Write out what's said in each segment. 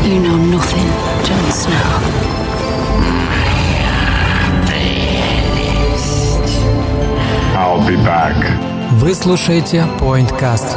You know nothing, Jon Snow. I'll be back. Вы слушаете PointCast.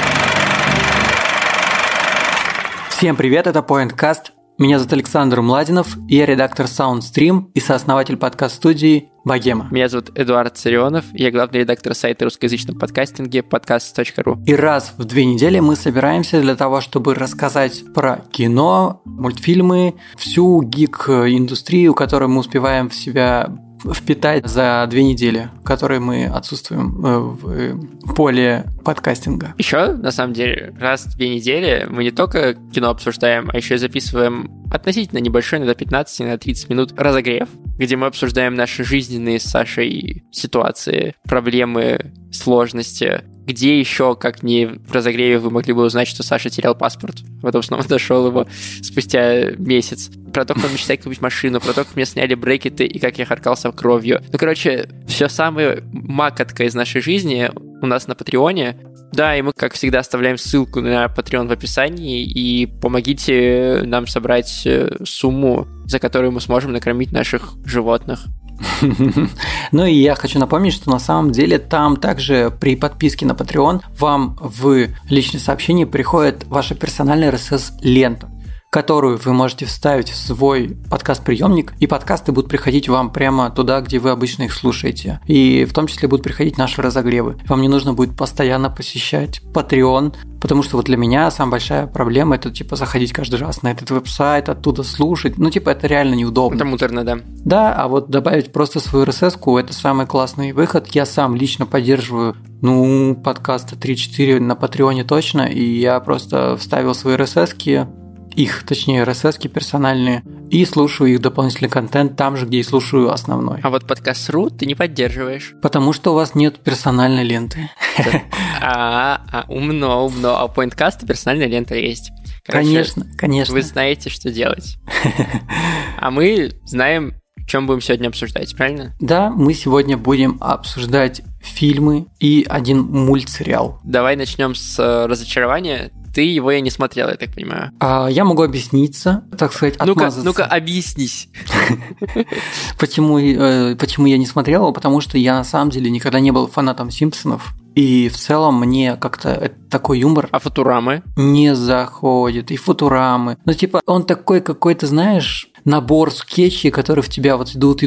Всем привет, это PointCast. Меня зовут Александр Младинов, я редактор SoundStream и сооснователь подкаст-студии Богема. Меня зовут Эдуард Царионов, я главный редактор сайта русскоязычного подкастинга podcast.ru. И раз в 2 недели мы собираемся для того, чтобы рассказать про кино, мультфильмы, всю гик-индустрию, которую мы успеваем в себя впитать за 2 недели, в которые мы отсутствуем в поле подкастинга. Еще, на самом деле, раз в 2 недели мы не только кино обсуждаем, а еще и записываем относительно небольшой, иногда 15, иногда 30 минут разогрев, где мы обсуждаем наши жизненные с Сашей ситуации, проблемы, сложности. Где еще, как не в разогреве, вы могли бы узнать, что Саша терял паспорт. Потом снова нашел его спустя месяц. Про то, как он мечтает купить машину, про то, как мне сняли брекеты и как я харкался кровью. Ну, короче, все самое макотка из нашей жизни у нас на Патреоне. Да, и мы, как всегда, оставляем ссылку на Patreon в описании, и помогите нам собрать сумму, за которую мы сможем накормить наших животных. Ну и я хочу напомнить, что на самом деле там также при подписке на Patreon вам в личное сообщение приходит ваша персональная RSS-лента, которую вы можете вставить в свой подкаст-приемник, и подкасты будут приходить вам прямо туда, где вы обычно их слушаете. И в том числе будут приходить наши разогревы. Вам не нужно будет постоянно посещать Patreon, потому что вот для меня самая большая проблема – это типа заходить каждый раз на этот веб-сайт, оттуда слушать. Ну, типа, это реально неудобно. Это муторно, да. Да, а вот добавить просто свою RSS-ку – это самый классный выход. Я сам лично поддерживаю, подкаста 3-4 на Патреоне точно, и я просто вставил свои RSS-ки, RSS-ки персональные, и слушаю их дополнительный контент там же, где и слушаю основной. А вот подкаст.ру ты не поддерживаешь. Потому что у вас нет персональной ленты. Умно. А у PointCast персональная лента есть. Короче, конечно. Вы знаете, что делать. А мы знаем, о чем будем сегодня обсуждать, правильно? Да, мы сегодня будем обсуждать фильмы и один мультсериал. Давай начнем с разочарования. Ты его и не смотрел, я так понимаю. Я могу объясниться, так сказать, отмазаться. Ну-ка, объяснись. Почему я не смотрел его? Потому что я на самом деле никогда не был фанатом Симпсонов. И в целом мне как-то такой юмор... А Футурамы? Не заходит. И Футурамы. Он такой какой-то, знаешь, набор скетчей, которые в тебя вот идут.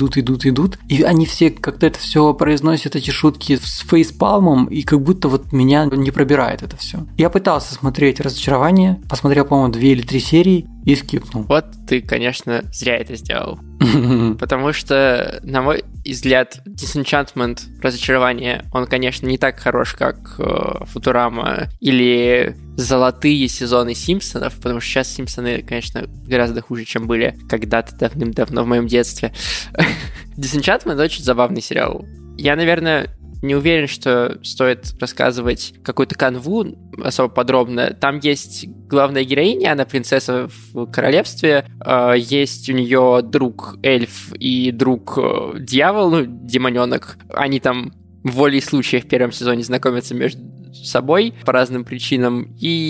И они все как-то это все произносят, эти шутки с фейспалмом, и как будто вот меня не пробирает это все. Я пытался смотреть «Разочарование», посмотрел, по-моему, 2 или 3 серии и скипнул. Вот ты, конечно, зря это сделал. Потому что, на мой взгляд, Disenchantment, «Разочарование», он, конечно, не так хорош, как Футурама или золотые сезоны Симпсонов, потому что сейчас Симпсоны, конечно, гораздо хуже, чем были когда-то давным-давно в моем детстве. Disenchantment очень забавный сериал. Я, наверное, не уверен, что стоит рассказывать какую-то канву особо подробно. Там есть главная героиня, она принцесса в королевстве, есть у нее друг эльф и друг дьявол, демоненок. Они там волей случая в первом сезоне знакомятся между собой по разным причинам,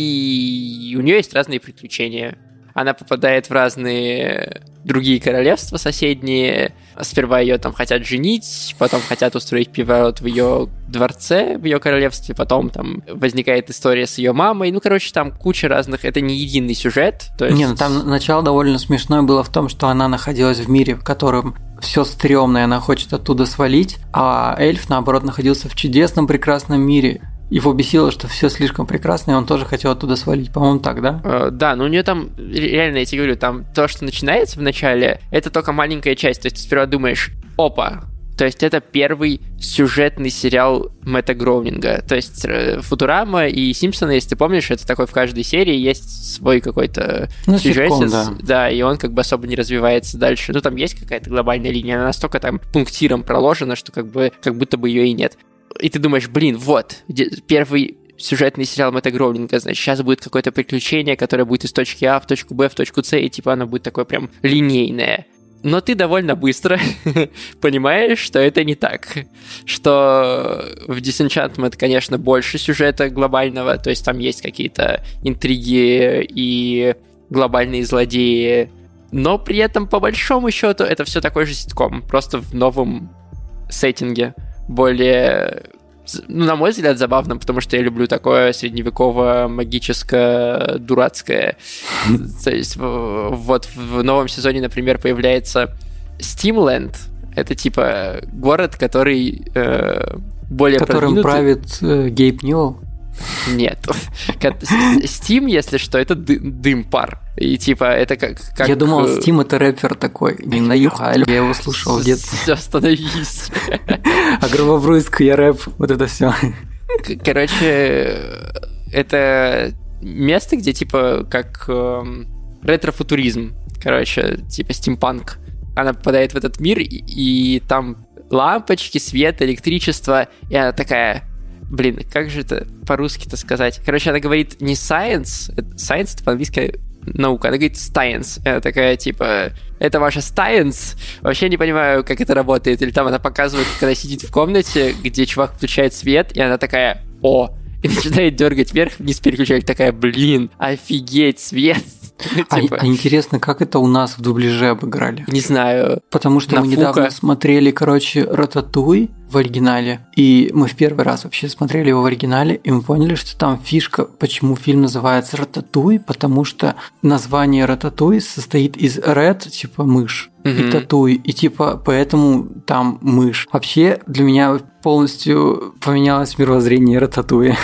и у нее есть разные приключения. Она попадает в разные другие королевства соседние. Сперва ее там хотят женить, потом хотят устроить переворот в ее дворце, в ее королевстве, потом там возникает история с ее мамой. Там куча разных... Это не единый сюжет. То есть... Там начало довольно смешное было в том, что она находилась в мире, в котором все стрёмное, она хочет оттуда свалить, а эльф, наоборот, находился в чудесном, прекрасном мире. Его бесило, что все слишком прекрасно, и он тоже хотел оттуда свалить. По-моему, так, да? Да, но у нее там, реально, я тебе говорю, там то, что начинается в начале, это только маленькая часть. То есть ты сперва думаешь, опа, то есть это первый сюжетный сериал Мэтта Гроунинга. То есть Футурама и Симпсоны, если ты помнишь, это такой в каждой серии есть свой какой-то сюжет. Да, и он как бы особо не развивается дальше. Там есть какая-то глобальная линия, она настолько там пунктиром проложена, что как будто бы ее и нет. И ты думаешь, вот, первый сюжетный сериал Мэтта Гроунинга, значит, сейчас будет какое-то приключение, которое будет из точки А в точку Б, в точку С, и оно будет такое прям линейное. Но ты довольно быстро понимаешь, что это не так. Что в Disenchantment, конечно, больше сюжета глобального, то есть там есть какие-то интриги и глобальные злодеи, но при этом, по большому счету, это все такой же ситком, просто в новом сеттинге, более, на мой взгляд, забавным, потому что я люблю такое средневековое, магическое, дурацкое. То есть вот в новом сезоне, например, появляется Steamland. Это типа город, который более которым правит Гейб Ньюэлл. Нет. Steam, если что, это дым-пар. И типа это как... Я думал, Steam это рэпер такой. Не на Юхаль. Я его слушал в детстве. Все, остановись. А Гробовруйск, я рэп. Вот это все. Короче, это место, где типа как ретро-футуризм. Короче, типа стимпанк. Она попадает в этот мир, и там лампочки, свет, электричество. И она такая... Блин, как же это по-русски-то сказать? Короче, она говорит не science, science это по-английски наука, она говорит science. Она такая, типа, это ваша science? Вообще не понимаю, как это работает. Или там она показывает, когда сидит в комнате, где чувак включает свет, и она такая, о, и начинает дергать вверх-вниз переключатель, такая, блин, офигеть, свет. Типа... А интересно, как это у нас в дубляже обыграли? Не знаю. Потому что мы недавно смотрели, короче, «Рататуй» в оригинале, и мы в первый раз вообще смотрели его в оригинале, и мы поняли, что там фишка, почему фильм называется «Рататуй», потому что название «Рататуй» состоит из «ред», типа мышь, и «татуй», и типа поэтому там мышь. Вообще для меня полностью поменялось мировоззрение «Рататуя».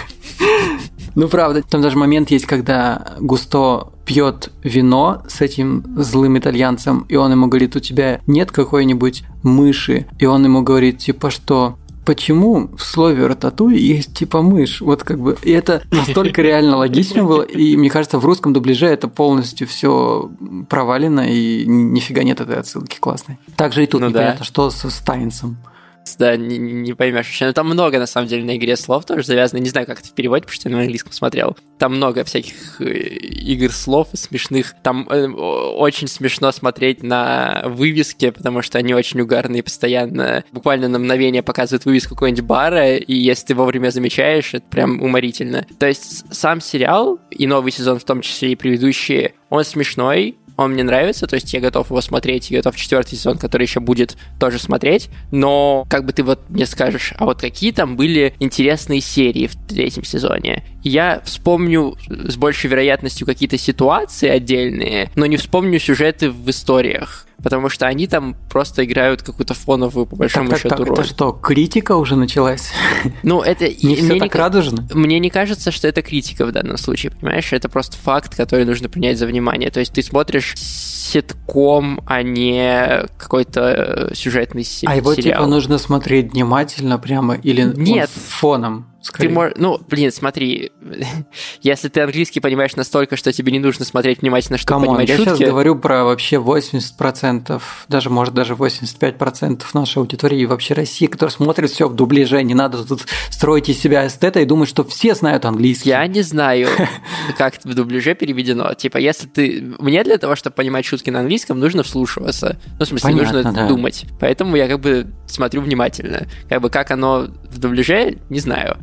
Ну, правда, там даже момент есть, когда Густо пьет вино с этим злым итальянцем, и он ему говорит, у тебя нет какой-нибудь мыши? И он ему говорит, типа, что почему в слове «рататуй» есть типа мышь? Вот как бы... И это настолько реально логично было, и мне кажется, в русском дубляже это полностью все провалено, и нифига нет этой отсылки классной. Также и тут непонятно, что с Стайнсом. Да, не поймешь вообще. Но там много, на самом деле, на игре слов тоже завязано. Не знаю, как это в переводе, потому что я на английском смотрел. Там много всяких игр слов смешных. Там очень смешно смотреть на вывески, потому что они очень угарные постоянно. Буквально на мгновение показывают вывеску какого-нибудь бара, и если ты вовремя замечаешь, это прям уморительно. То есть сам сериал, и новый сезон в том числе, и предыдущие, он смешной, он мне нравится, то есть я готов его смотреть, и готов 4-й сезон, который еще будет, тоже смотреть, но как бы ты вот мне скажешь, а вот какие там были интересные серии в 3-м сезоне? Я вспомню с большей вероятностью какие-то ситуации отдельные, но не вспомню сюжеты в историях, потому что они там просто играют какую-то фоновую, по большому счету, роль. Это что, критика уже началась? Ну, это... Не все так радужно? Мне не кажется, что это критика в данном случае, понимаешь? Это просто факт, который нужно принять за внимание. То есть ты смотришь ситком, а не какой-то сюжетный сериал. А его типа нужно смотреть внимательно прямо или нет, фоном? Скорее. Ты можешь, ну, блин, смотри, если ты английский понимаешь настолько, что тебе не нужно смотреть внимательно, чтобы понимать шутки... Я сейчас говорю про вообще 80%, даже, может, даже 85% нашей аудитории и вообще России, которые смотрят все в дубляже. Не надо тут строить из себя эстета и думать, что все знают английский. Я не знаю, как в дубляже переведено. Типа, если ты... Мне для того, чтобы понимать шутки на английском, нужно вслушиваться. Ну, в смысле, понятно, нужно думать. Поэтому я как бы смотрю внимательно. Как бы как оно в дубляже, не знаю.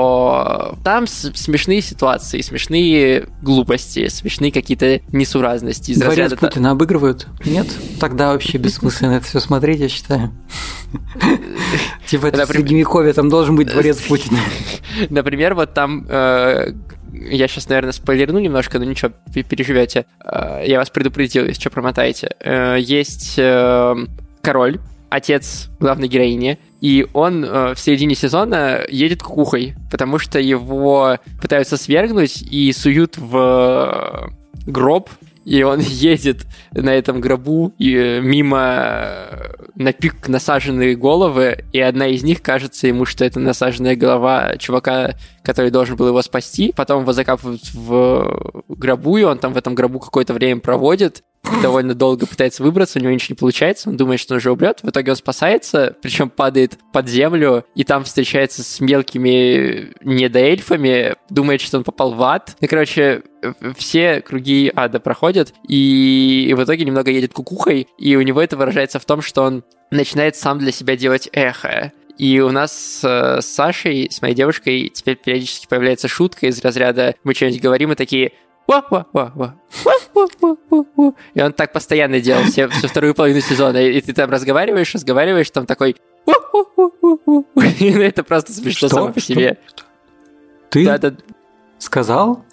Но там смешные ситуации, смешные глупости, смешные какие-то несуразности. Дворец Путина обыгрывают? Нет? Тогда вообще бессмысленно это все смотреть, я считаю. Типа это в Средневековье, там должен быть дворец Путина. Например, вот там... Я сейчас, наверное, спойлерну немножко, но ничего, переживете. Я вас предупредил, если что, промотаете. Есть король, отец главной героини, и он в середине сезона едет кукухой, потому что его пытаются свергнуть и суют в гроб, и он едет на этом гробу и мимо на пик насаженные головы, и одна из них кажется ему, что это насаженная голова чувака, который должен был его спасти. Потом его закапывают в гробу, и он там в этом гробу какое-то время проводит, довольно долго пытается выбраться, у него ничего не получается, он думает, что он уже умрет. В итоге он спасается, причем падает под землю, и там встречается с мелкими недоэльфами, думает, что он попал в ад. И, короче, все круги ада проходят, и в итоге немного едет кукухой, и у него это выражается в том, что он начинает сам для себя делать эхо. И у нас с Сашей, с моей девушкой, теперь периодически появляется шутка из разряда «мы что-нибудь говорим» и такие И он так постоянно делал всю вторую половину сезона. И ты там разговариваешь, там такой... И это просто смешно само по себе. Ты сказал?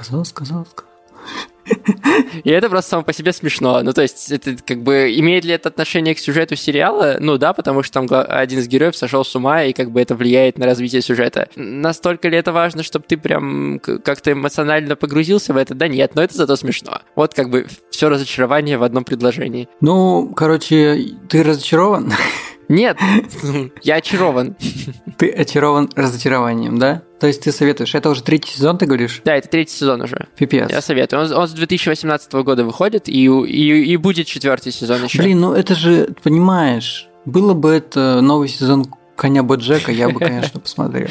И это просто само по себе смешно. Ну, то есть, это как бы... Имеет ли это отношение к сюжету сериала? Ну да, потому что там один из героев сошел с ума, и как бы это влияет на развитие сюжета. Настолько ли это важно, чтобы ты прям как-то эмоционально погрузился в это? Да нет, но это зато смешно. Вот как бы все разочарование в одном предложении. Ну, короче, ты разочарован? Нет, я очарован. Ты очарован разочарованием, да? То есть ты советуешь, это уже 3-й сезон, ты говоришь? Да, это 3-й сезон уже. Пипец. Я советую. Он с 2018 года выходит, и будет 4-й сезон еще. Блин, ну это же, понимаешь, было бы это новый сезон «Коня Боджека», я бы, конечно, посмотрел.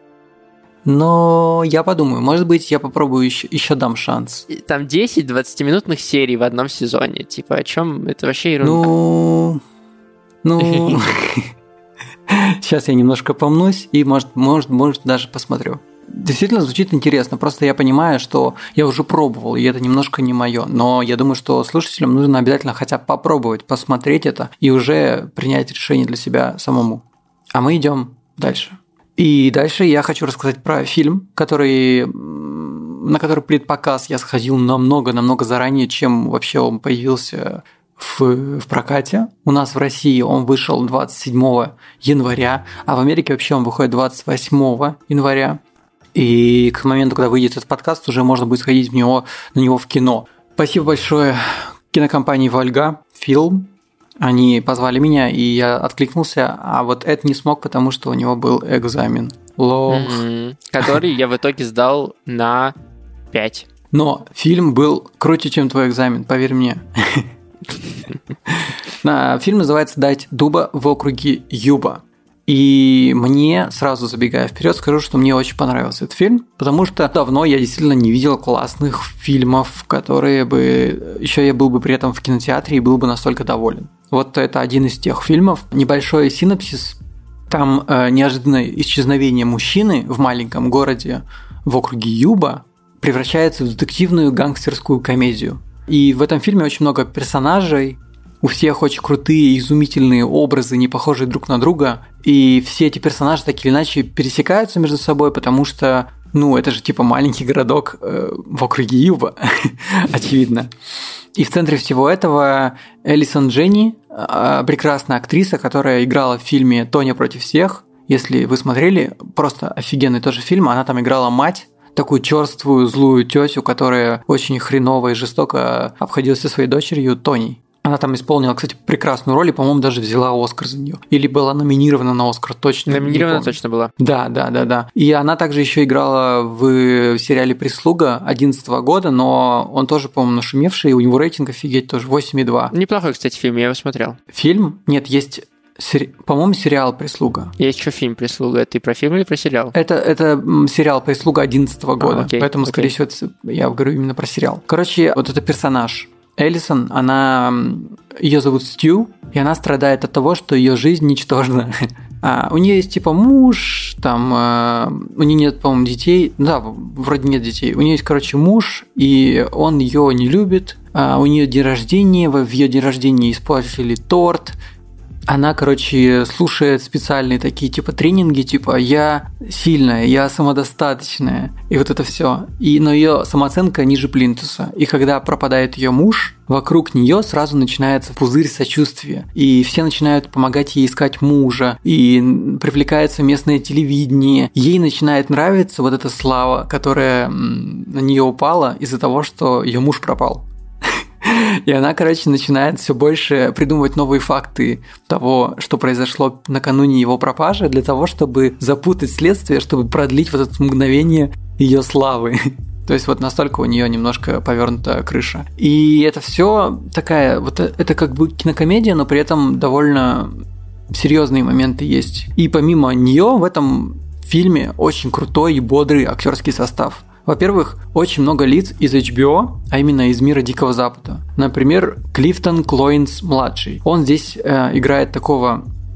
Но я подумаю, может быть, я попробую еще дам шанс. Там 10 20-минутных серий в одном сезоне. Типа, о чем? Это вообще ерунда. Ну, сейчас я немножко помнусь и, может, даже посмотрю. Действительно звучит интересно, просто я понимаю, что я уже пробовал, и это немножко не мое. Но я думаю, что слушателям нужно обязательно хотя бы попробовать, посмотреть это и уже принять решение для себя самому. А мы идем дальше. И дальше я хочу рассказать про фильм, на который предпоказ я сходил намного заранее, чем вообще он появился в прокате. У нас в России он вышел 27 января, а в Америке вообще он выходит 28 января. И к моменту, когда выйдет этот подкаст, уже можно будет сходить на него в кино. Спасибо большое кинокомпании «Вольга Фильм». Они позвали меня, и я откликнулся, а вот Эд не смог, потому что у него был экзамен. Который я в итоге сдал на 5. Но фильм был круче, чем твой экзамен, поверь мне. Фильм называется «Дать дуба в округе Юба». И мне, сразу забегая вперед, скажу, что мне очень понравился этот фильм, потому что давно я действительно не видел классных фильмов, которые бы... Еще я был бы при этом в кинотеатре и был бы настолько доволен. Вот это один из тех фильмов. Небольшой синопсис. Там неожиданное исчезновение мужчины в маленьком городе в округе Юба превращается в детективную гангстерскую комедию. И в этом фильме очень много персонажей, у всех очень крутые, изумительные образы, не похожие друг на друга, и все эти персонажи так или иначе пересекаются между собой, потому что, это же типа маленький городок в округе Юба, очевидно. И в центре всего этого Элисон Дженни, прекрасная актриса, которая играла в фильме «Тоня против всех». Если вы смотрели, просто офигенный тоже фильм, она там играла мать, такую черствую, злую тетю, которая очень хреново и жестоко обходилась со своей дочерью Тоней. Она там исполнила, кстати, прекрасную роль и, по-моему, даже взяла Оскар за нее. Или была номинирована на Оскар, точно. Номинирована точно была. Да. И она также еще играла в сериале «Прислуга» 2011 года, но он тоже, по-моему, нашумевший, и у него рейтинг офигеть тоже 8,2. Неплохой, кстати, фильм, я его смотрел. Фильм? Нет, есть... По-моему, сериал «Прислуга». Есть еще фильм «Прислуга». Ты про фильм или про сериал? Это сериал «Прислуга» 2011 года. Поэтому, скорее всего, я говорю именно про сериал. Короче, вот это персонаж Элисон, ее зовут Стю, и она страдает от того, что ее жизнь ничтожна. У нее есть типа муж, там у нее нет, по-моему, детей. Да, вроде нет детей. У нее есть, муж, и он ее не любит. У нее день рождения, в ее день рождения испортили торт. Она, слушает специальные такие тренинги, я сильная, я самодостаточная, и вот это все. Но ее самооценка ниже плинтуса. И когда пропадает ее муж, вокруг нее сразу начинается пузырь сочувствия. И все начинают помогать ей искать мужа, и привлекается местное телевидение. Ей начинает нравиться вот эта слава, которая на нее упала из-за того, что ее муж пропал. И она, начинает все больше придумывать новые факты того, что произошло накануне его пропажи, для того, чтобы запутать следствие, чтобы продлить вот это мгновение ее славы. То есть вот настолько у нее немножко повернута крыша. И это все такая, это как бы кинокомедия, но при этом довольно серьезные моменты есть. И помимо нее в этом фильме очень крутой и бодрый актерский состав. Во-первых, очень много лиц из HBO, а именно из мира Дикого Запада. Например, Клифтон Клоинс-младший. Он здесь играет такого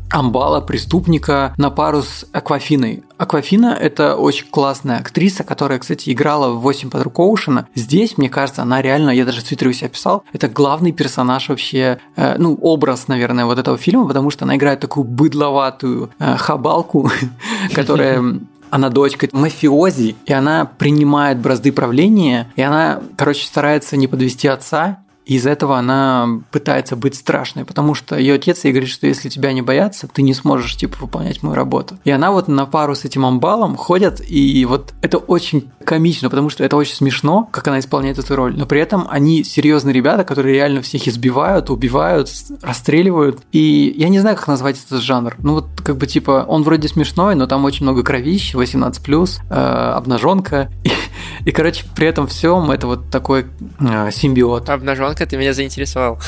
амбала, преступника на пару с Аквафиной. Аквафина – это очень классная актриса, которая, кстати, играла в «8 подруг Оушена». Здесь, мне кажется, она реально, я даже в Твиттере у себя писал, это главный персонаж вообще, образ, наверное, вот этого фильма, потому что она играет такую быдловатую хабалку, которая... Она дочка мафиози, и она принимает бразды правления, и она, старается не подвести отца, и из-за этого она пытается быть страшной, потому что ее отец ей говорит, что если тебя не боятся, ты не сможешь, выполнять мою работу. И она вот на пару с этим амбалом ходит, и вот это очень комично, потому что это очень смешно, как она исполняет эту роль, но при этом они серьезные ребята, которые реально всех избивают, убивают, расстреливают, и я не знаю, как назвать этот жанр. Он вроде смешной, но там очень много кровищ, 18+, обнаженка, и, при этом всем это вот такой симбиот. Обнаженка, ты меня заинтересовал.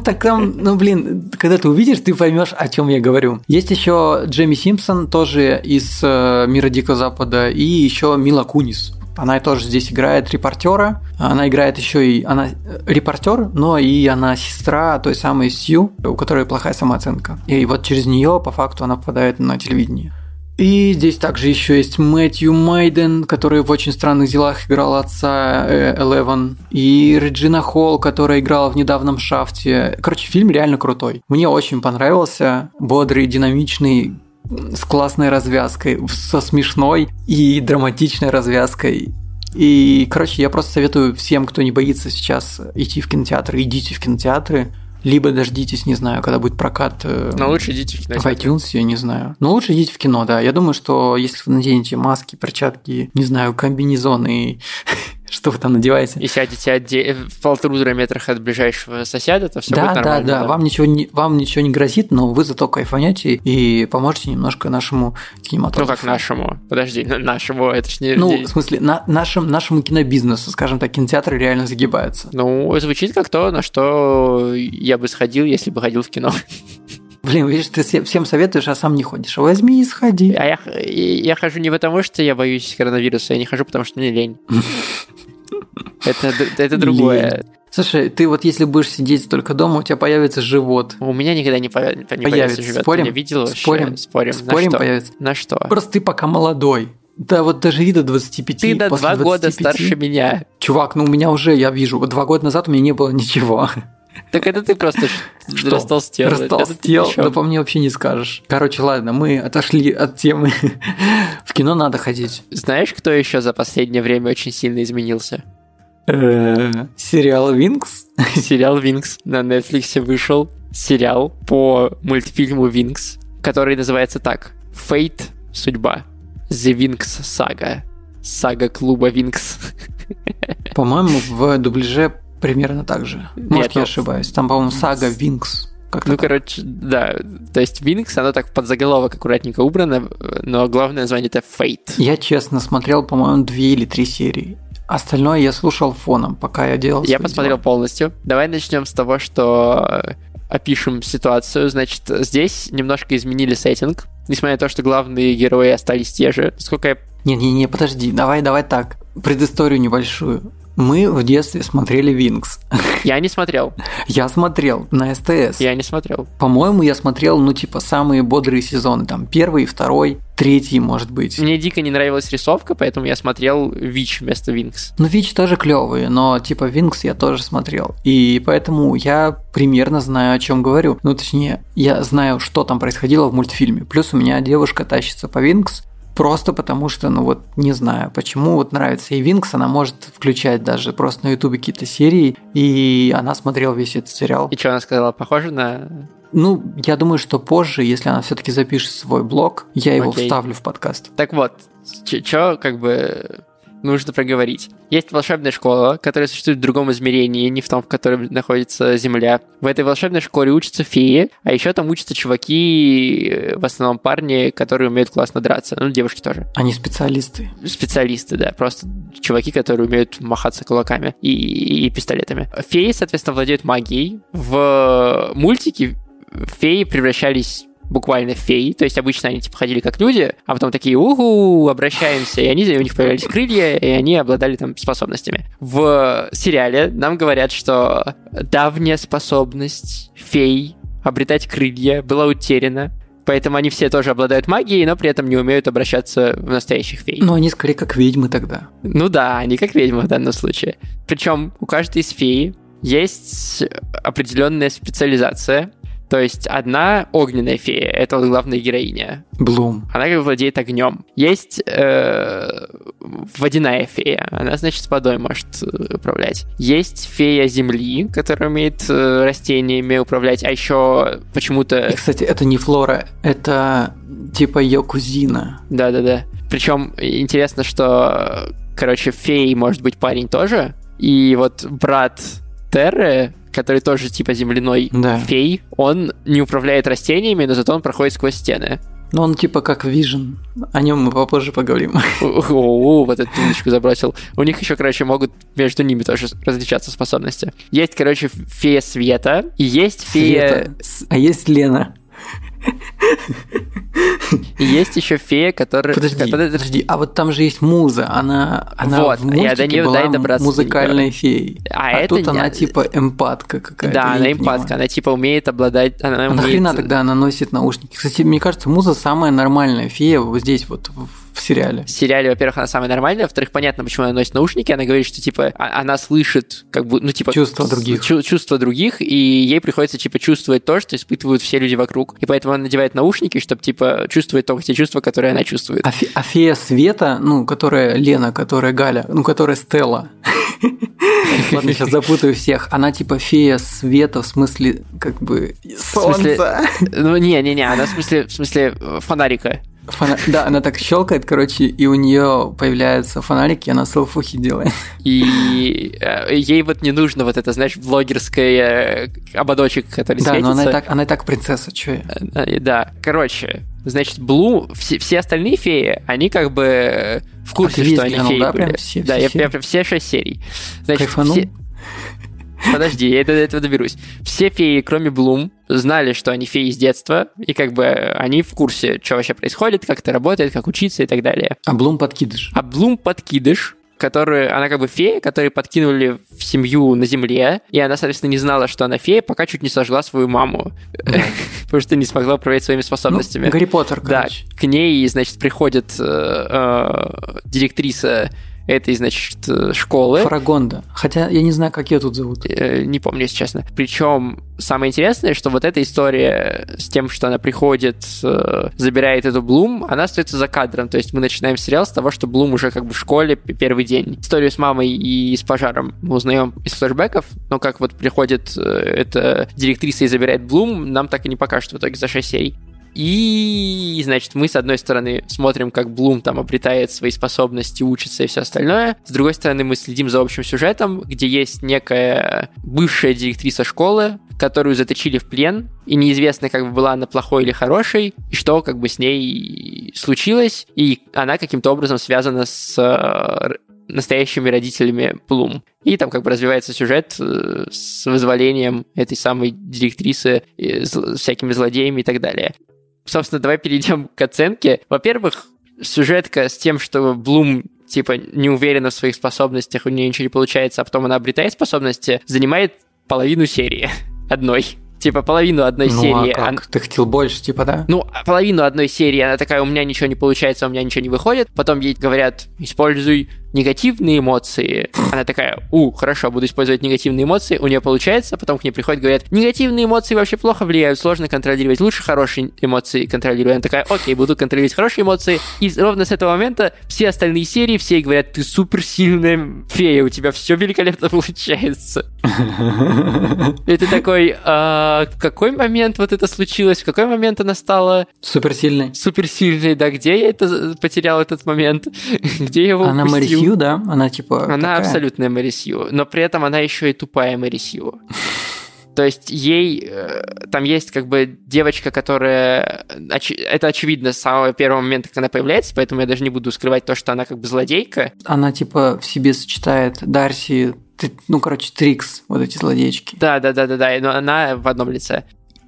Когда ты увидишь, ты поймешь, о чем я говорю. Есть еще Джейми Симпсон, тоже из «Мира Дикого Запада», и еще Мила Кунис. Она тоже здесь играет репортера. Она играет еще и она репортер, но и она сестра той самой Сью, у которой плохая самооценка. И вот через нее по факту она попадает на телевидение. И здесь также еще есть Мэтью Майден, который в «Очень странных делах» играл отца Элевен, и Реджина Холл, которая играла в «Недавнем Шафте». Фильм реально крутой. Мне очень понравился, бодрый, динамичный, с классной развязкой, со смешной и драматичной развязкой. И, я просто советую всем, кто не боится сейчас идти в кинотеатры, идите в кинотеатры. Либо дождитесь, не знаю, когда будет прокат лучше идите в кинотеатр. В iTunes, я не знаю. Но лучше идите в кино, да. Я думаю, что если вы наденете маски, перчатки, не знаю, комбинезоны, что вы там надеваете. И сядете в 1,5 метрах от ближайшего соседа, то все будет нормально. Да. Вам ничего не грозит, но вы зато кайфанете и поможете немножко нашему кинематографу. Как нашему? Подожди, нашему, это ж не... в смысле, нашему кинобизнесу, скажем так, кинотеатры реально загибаются. Звучит как то, на что я бы сходил, если бы ходил в кино. Видишь, ты всем советуешь, а сам не ходишь. Возьми и сходи. А я хожу не потому, что я боюсь коронавируса, я не хожу, потому что мне лень. Это другое. Лень. Слушай, ты если будешь сидеть только дома, у тебя появится живот. У меня никогда не появится живот. Спорим? Я видел Спорим, появится. На что? Просто ты пока молодой. Да, даже вида 25. Ты на 2 года старше меня. Чувак, у меня уже, я вижу, 2 года назад у меня не было ничего. Так это ты просто растолстел. Растолстел, да по мне вообще не скажешь. Ладно, мы отошли от темы. В кино надо ходить. Знаешь, кто еще за последнее время очень сильно изменился? Сериал «Винкс». Сериал «Винкс». На Netflix вышел сериал по мультфильму «Винкс», который называется так: «Fate. Судьба. The Wings Saga». Сага клуба «Винкс». По-моему, в дубляже примерно так же. Может, я ошибаюсь. Там, по-моему, «Сага Винкс». Да. То есть «Винкс», оно так под заголовок аккуратненько убрано, но главное название – это «Fate». Я, честно, смотрел, по-моему, 2 или 3 серии. Остальное я слушал фоном, пока я делал. Я посмотрел полностью. Давай начнем с того, что опишем ситуацию. Значит, здесь немножко изменили сеттинг, несмотря на то, что главные герои остались те же. Сколько я... Не, подожди, давай так. Предысторию небольшую. Мы в детстве смотрели «Винкс». Я не смотрел. Я смотрел на СТС. Я не смотрел. По-моему, я смотрел, самые бодрые сезоны. Там 1, 2, 3, может быть. Мне дико не нравилась рисовка, поэтому я смотрел «Вич» вместо «Винкс». «Вич» тоже клевые, но «Винкс» я тоже смотрел. И поэтому я примерно знаю, о чем говорю. Точнее, я знаю, что там происходило в мультфильме. Плюс у меня девушка тащится по «Винкс», просто потому что, не знаю, почему нравится ей «Винкс», она может включать даже просто на Ютубе какие-то серии, и она смотрела весь этот сериал. И что она сказала, похоже на... Я думаю, что позже, если она все-таки запишет свой блог, я его вставлю в подкаст. Так вот, что нужно проговорить. Есть волшебная школа, которая существует в другом измерении, не в том, в котором находится Земля. В этой волшебной школе учатся феи, а еще там учатся чуваки, в основном парни, которые умеют классно драться. Девушки тоже. Они специалисты. Специалисты, да. Просто чуваки, которые умеют махаться кулаками и пистолетами. Феи, соответственно, владеют магией. В мультике феи превращались буквально феи, то есть обычно они ходили как люди, а потом такие обращаемся, и у них появлялись крылья, и они обладали там способностями. В сериале нам говорят, что давняя способность фей обретать крылья была утеряна Поэтому они все тоже обладают магией, но при этом не умеют обращаться в настоящих фей. Но они скорее как ведьмы тогда. Ну да, они как ведьмы в данном случае. Причем у каждой из фей есть определенная специализация. То есть одна огненная фея, это вот главная героиня. Блум. Она как бы владеет огнем. Есть водяная фея, она, значит, с водой может управлять. Есть фея земли, которая умеет растениями управлять, а еще почему-то... И, кстати, это не Флора, это типа ее кузина. Да-да-да. Причем интересно, что, короче, феей может быть парень тоже, и вот брат Терры, который тоже типа земляной фей, он не управляет растениями, но зато он проходит сквозь стены. Ну, он типа как Вижн. О нем мы попозже поговорим. Вот эту удочку забросил. У них еще, короче, могут между ними тоже различаться способности. Есть, короче, фея света, и есть фея... А есть Лена. И есть еще фея, которая... Подожди, а вот там же есть муза. Она вот, в мультике была музыкальной феей. А тут она типа эмпатка какая-то. Да, она эмпатка, она типа умеет обладать... Нахрена тогда она носит наушники? Кстати, мне кажется, муза самая нормальная фея вот здесь вот в сериале. В сериале, во-первых, она самая нормальная, во-вторых, понятно, почему она носит наушники. Она говорит, что типа она слышит как бы, ну типа... Чувства других. Чувства других, и ей приходится типа чувствовать то, что испытывают все люди вокруг. И поэтому она надевает наушники, чтобы типа чувствовать только те чувства, которые она чувствует. А фея света, ну, которая Лена, которая Галя, ну, которая Стелла. Ладно, сейчас запутаю всех. Она типа фея света, в смысле, как бы, солнца. Ну, не, она в смысле фонарика. Да, она так щелкает, короче, и у нее появляются фонарики, и она селфухи делает. И ей вот не нужно вот это, знаешь, блогерское ободочек, который светится. Да, но она и так принцесса, чё я? Да, короче, значит, Блум, все остальные феи, они как бы в курсе, что они феи были. Прям все, да, я прям все 6 серий. Значит, кайфанул? Подожди, я до этого доберусь. Все феи, кроме Блум, знали, что они феи с детства, и как бы они в курсе, что вообще происходит, как это работает, как учиться и так далее. А Блум подкидыш. Которую, она как бы фея, которую подкинули в семью на земле, и она, соответственно, не знала, что она фея, пока чуть не сожгла свою маму, потому что не смогла управлять своими способностями. Гарри Поттер, короче. Да, к ней, значит, приходит директриса этой, значит, школы. Фарагонда. Хотя я не знаю, как ее тут зовут. Не помню, если честно. Причем самое интересное, что вот эта история с тем, что она приходит, забирает эту Блум, она остается за кадром. То есть мы начинаем сериал с того, что Блум уже как бы в школе первый день. Историю с мамой и с пожаром мы узнаем из флешбеков, но как вот приходит эта директриса и забирает Блум, нам так и не покажут в итоге за 6 серий. И, значит, мы, с одной стороны, смотрим, как Блум там обретает свои способности, учится и все остальное. С другой стороны, мы следим за общим сюжетом, где есть некая бывшая директриса школы, которую заточили в плен, и неизвестно, как бы была она плохой или хорошей, и что как бы с ней случилось, и она каким-то образом связана с настоящими родителями Блум. И там как бы развивается сюжет с вызволением этой самой директрисы, всякими злодеями и так далее. Собственно, давай перейдем к оценке. Во-первых, сюжетка с тем, что Блум типа не уверена в своих способностях, у нее ничего не получается, а потом она обретает способности, занимает половину серии одной. Типа половину одной серии. А как? Ты хотел больше, типа, да? Ну, половину одной серии она такая, у меня ничего не получается, у меня ничего не выходит. Потом ей говорят, используй негативные эмоции. Она такая, хорошо, буду использовать негативные эмоции, у нее получается. Потом к ней приходят, говорят, негативные эмоции вообще плохо влияют, сложно контролировать, лучше хорошие эмоции контролировать. Она такая, окей, буду контролировать хорошие эмоции. И ровно с этого момента все остальные серии, все ей говорят, ты суперсильная фея, у тебя все великолепно получается. И ты такой, в какой момент вот это случилось, в какой момент она стала... Суперсильной, да, где я потерял этот момент, где я его упустил? Она Мэри Сью, да? Она типа Она такая... абсолютная Мэри Сью, но при этом она еще и тупая Мэри Сью. То есть ей... Там есть как бы девочка, которая... Это очевидно с самого первого момента, как она появляется, поэтому я даже не буду скрывать то, что она как бы злодейка. Она типа в себе сочетает Дарси... Трикс, вот эти злодеечки. Да, но она в одном лице.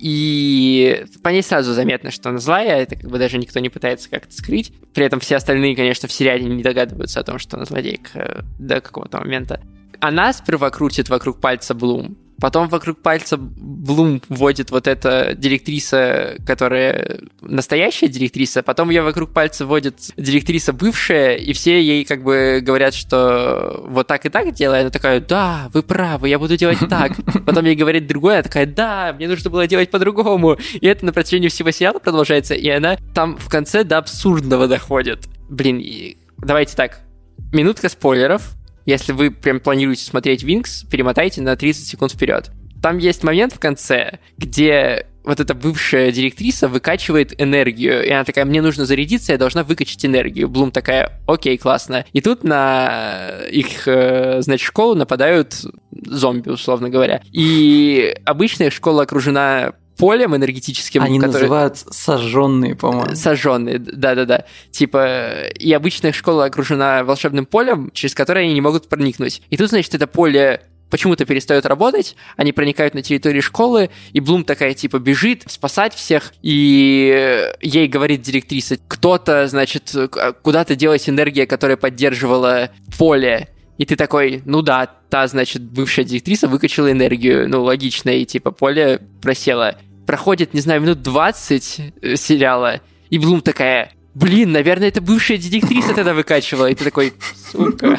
И по ней сразу заметно, что она злая, это как бы даже никто не пытается как-то скрыть. При этом все остальные, конечно, в сериале не догадываются о том, что она злодейка до какого-то момента. Она сперва крутит вокруг пальца Блум, Потом вокруг пальца Блум вводит вот эта директриса, которая настоящая директриса, потом ее вокруг пальца вводит директриса бывшая, и все ей как бы говорят, что вот так и так делай. Она такая: да, вы правы, я буду делать так. Потом ей говорит другое, она такая: да, мне нужно было делать по-другому. И это на протяжении всего сериала продолжается, и она там в конце до абсурдного доходит. Блин, давайте так, минутка спойлеров. Если вы прям планируете смотреть Винкс, перемотайте на 30 секунд вперед. Там есть момент в конце, где вот эта бывшая директриса выкачивает энергию, и она такая: мне нужно зарядиться, я должна выкачать энергию. Блум такая: окей, классно. И тут на их, значит, школу нападают зомби, условно говоря. И обычная школа окружена полем энергетическим. Они называются сожженные, по-моему. Сожженные, да-да-да. Типа, и обычная школа окружена волшебным полем, через которое они не могут проникнуть. И тут, значит, это поле почему-то перестает работать, они проникают на территорию школы, и Блум такая, типа, бежит спасать всех, и ей говорит директриса: кто-то, значит, куда-то делась энергия, которая поддерживала поле. И ты такой: ну да, та, значит, бывшая директриса выкачала энергию, ну, логично, и, типа, поле просело. Проходит, не знаю, минут 20 сериала, и Блум такая: блин, наверное, это бывшая директриса тогда выкачивала. И ты такой: сука.